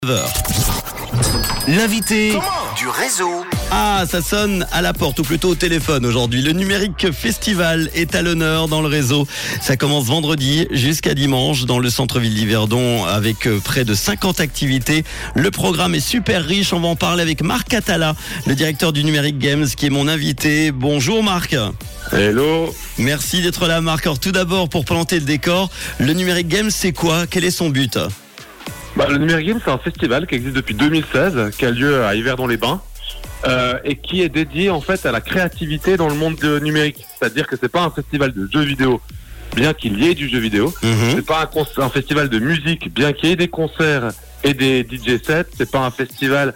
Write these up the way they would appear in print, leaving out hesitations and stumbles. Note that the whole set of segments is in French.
L'invité du réseau. Ah, ça sonne à la porte, ou plutôt au téléphone aujourd'hui. Le Numérique Festival est à l'honneur dans le réseau. Ça commence vendredi jusqu'à dimanche dans le centre-ville d'Yverdon avec près de 50 activités. Le programme est super riche. On va en parler avec Marc Atala, le directeur du Numérique Games, qui est mon invité. Bonjour Marc. Hello. Merci d'être là Marc. Alors tout d'abord, pour planter le décor, le Numérique Games, c'est quoi? Quel est son but? Le Numérique Games, c'est un festival qui existe depuis 2016, qui a lieu à Yverdon-les-Bains, et qui est dédié en fait à la créativité dans le monde numérique. C'est-à-dire que c'est pas un festival de jeux vidéo, bien qu'il y ait du jeu vidéo. C'est pas un festival de musique, bien qu'il y ait des concerts et des DJ sets. C'est pas un festival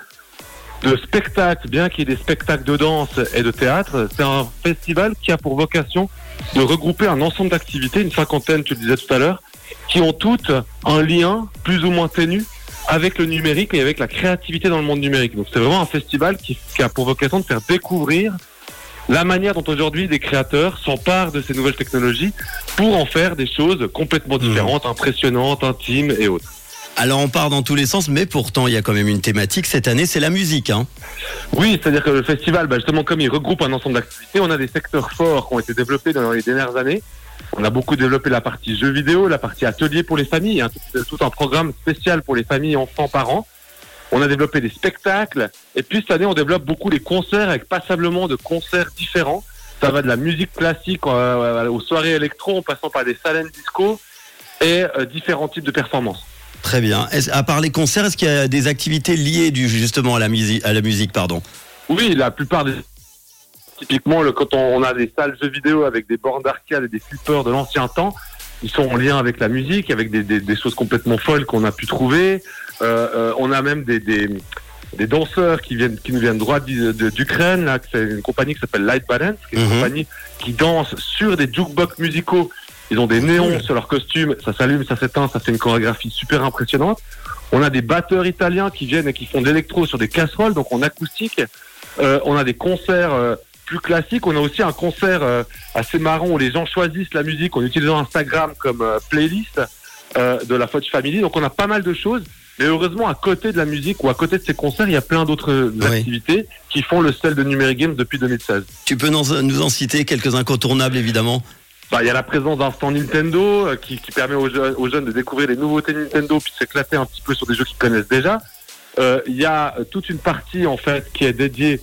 de spectacle, bien qu'il y ait des spectacles de danse et de théâtre. C'est un festival qui a pour vocation de regrouper un ensemble d'activités, une cinquantaine, tu le disais tout à l'heure, qui ont toutes un lien plus ou moins ténu avec le numérique et avec la créativité dans le monde numérique. Donc c'est vraiment un festival qui a pour vocation de faire découvrir la manière dont aujourd'hui des créateurs s'emparent de ces nouvelles technologies pour en faire des choses complètement différentes, impressionnantes, intimes et autres. Alors on part dans tous les sens, mais pourtant il y a quand même une thématique cette année, c'est la musique. Oui, c'est-à-dire que le festival, justement comme il regroupe un ensemble d'activités, on a des secteurs forts qui ont été développés dans les dernières années. On a beaucoup développé la partie jeux vidéo, la partie atelier pour les familles, tout un programme spécial pour les familles, enfants, parents. On a développé des spectacles, et puis cette année on développe beaucoup les concerts avec passablement de concerts différents. Ça va de la musique classique aux soirées électro, en passant par des salons disco et différents types de performances. Très bien. À part les concerts, est-ce qu'il y a des activités liées justement à la musique, pardon? Oui, la plupart des... Typiquement, quand on a des salles jeux vidéo avec des bornes d'arcade et des flippers de l'ancien temps, ils sont en lien avec la musique, avec des choses complètement folles qu'on a pu trouver. On a même des danseurs qui nous viennent droit d'Ukraine. Là, c'est une compagnie qui s'appelle Light Balance, qui est une compagnie qui danse sur des jukebox musicaux. Ils ont des néons sur leurs costumes, ça s'allume, ça s'éteint, ça fait une chorégraphie super impressionnante. On a des batteurs italiens qui viennent et qui font de l'électro sur des casseroles, donc en acoustique. On a des concerts plus classiques. On a aussi un concert assez marrant où les gens choisissent la musique en utilisant Instagram comme playlist de la Fudge Family. Donc on a pas mal de choses. Mais heureusement, à côté de la musique ou à côté de ces concerts, il y a plein d'autres activités qui font le sel de Numérique Games depuis 2016. Tu peux nous en citer quelques incontournables, évidemment? Il y a la présence d'un stand Nintendo qui permet aux jeunes de découvrir les nouveautés Nintendo puis de s'éclater un petit peu sur des jeux qu'ils connaissent déjà. Il y a toute une partie en fait qui est dédiée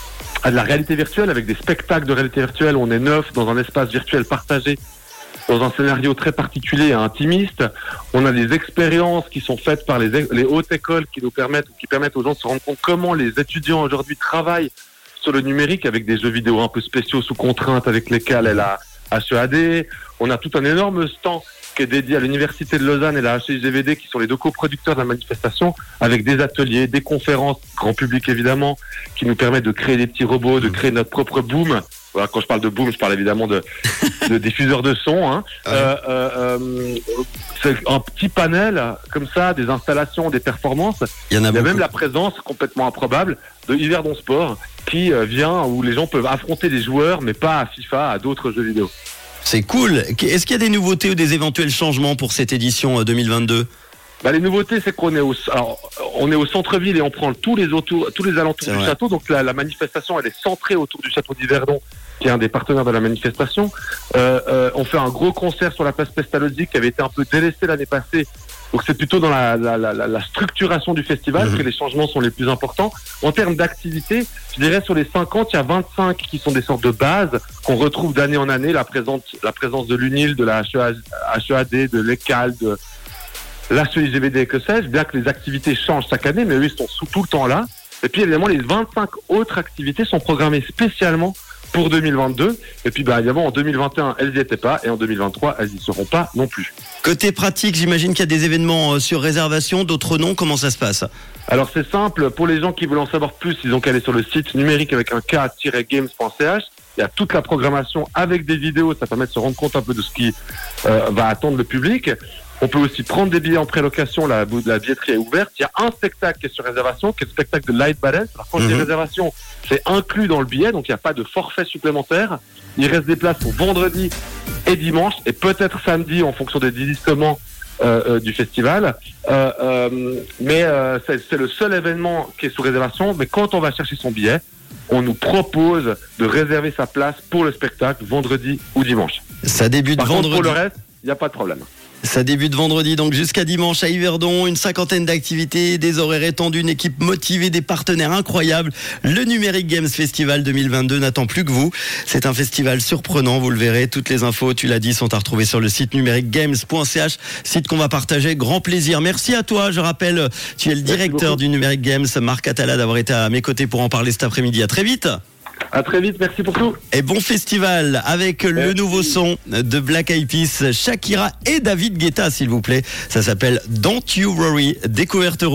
à de la réalité virtuelle avec des spectacles de réalité virtuelle. On est 9 dans un espace virtuel partagé dans un scénario très particulier et intimiste. On a des expériences qui sont faites par les hautes écoles qui permettent aux gens de se rendre compte comment les étudiants aujourd'hui travaillent sur le numérique avec des jeux vidéo un peu spéciaux sous contrainte avec lesquels elle a HEAD. On a tout un énorme stand qui est dédié à l'Université de Lausanne et la HIGVD qui sont les deux coproducteurs de la manifestation avec des ateliers, des conférences, grand public évidemment, qui nous permettent de créer des petits robots, de créer notre propre boom. Voilà, quand je parle de boom, je parle évidemment de diffuseurs de son. C'est un petit panel comme ça, des installations, des performances. Il y a même la présence complètement improbable de Yverdon Sport qui vient où les gens peuvent affronter des joueurs, mais pas à FIFA, à d'autres jeux vidéo. C'est cool. Est-ce qu'il y a des nouveautés ou des éventuels changements pour cette édition 2022 ? Les nouveautés, c'est qu'on est au centre-ville et on prend tous les alentours du château. Donc la manifestation, elle est centrée autour du château d'Yverdon, qui est un des partenaires de la manifestation. On fait un gros concert sur la place Pestalozzi qui avait été un peu délaissé l'année passée. Donc c'est plutôt dans la structuration du festival que les changements sont les plus importants. En termes d'activité, je dirais sur les 50, il y a 25 qui sont des sortes de bases qu'on retrouve d'année en année. La présence de l'UNIL, de la HEAD, de l'ECAL, de l'HIGVD, que sais-je, bien que les activités changent chaque année, mais eux, ils sont tout le temps là. Et puis évidemment, les 25 autres activités sont programmées spécialement pour 2022. Et puis évidemment, en 2021, elles n'y étaient pas. Et en 2023, elles n'y seront pas non plus. Côté pratique, j'imagine qu'il y a des événements sur réservation, d'autres non. Comment ça se passe ? Alors c'est simple, pour les gens qui veulent en savoir plus, ils ont qu'à aller sur le site numérique avec un k-games.ch. Il y a toute la programmation avec des vidéos, ça permet de se rendre compte un peu de ce qui va attendre le public. On peut aussi prendre des billets en prélocation, la billetterie est ouverte. Il y a un spectacle qui est sur réservation, qui est le spectacle de Light Balance. Alors quand je dis réservation, c'est inclus dans le billet, donc il n'y a pas de forfait supplémentaire. Il reste des places pour vendredi et dimanche, et peut-être samedi en fonction des désistements du festival. Mais c'est le seul événement qui est sous réservation. Mais quand on va chercher son billet, on nous propose de réserver sa place pour le spectacle vendredi ou dimanche. Ça débute Par vendredi. contre, pour le reste, il n'y a pas de problème. Ça débute vendredi, donc jusqu'à dimanche à Yverdon. Une 50aine d'activités, des horaires étendus, une équipe motivée, des partenaires incroyables. Le Numérique Games Festival 2022 n'attend plus que vous. C'est un festival surprenant, vous le verrez. Toutes les infos, tu l'as dit, sont à retrouver sur le site numéricgames.ch, site qu'on va partager. Grand plaisir. Merci à toi. Je rappelle, tu es le directeur du Numérique Games, Marc Atala, d'avoir été à mes côtés pour en parler cet après-midi. À très vite. À très vite, merci pour tout. Et bon festival avec le nouveau son de Black Eyed Peas, Shakira et David Guetta, s'il vous plaît. Ça s'appelle Don't You Worry. Découverte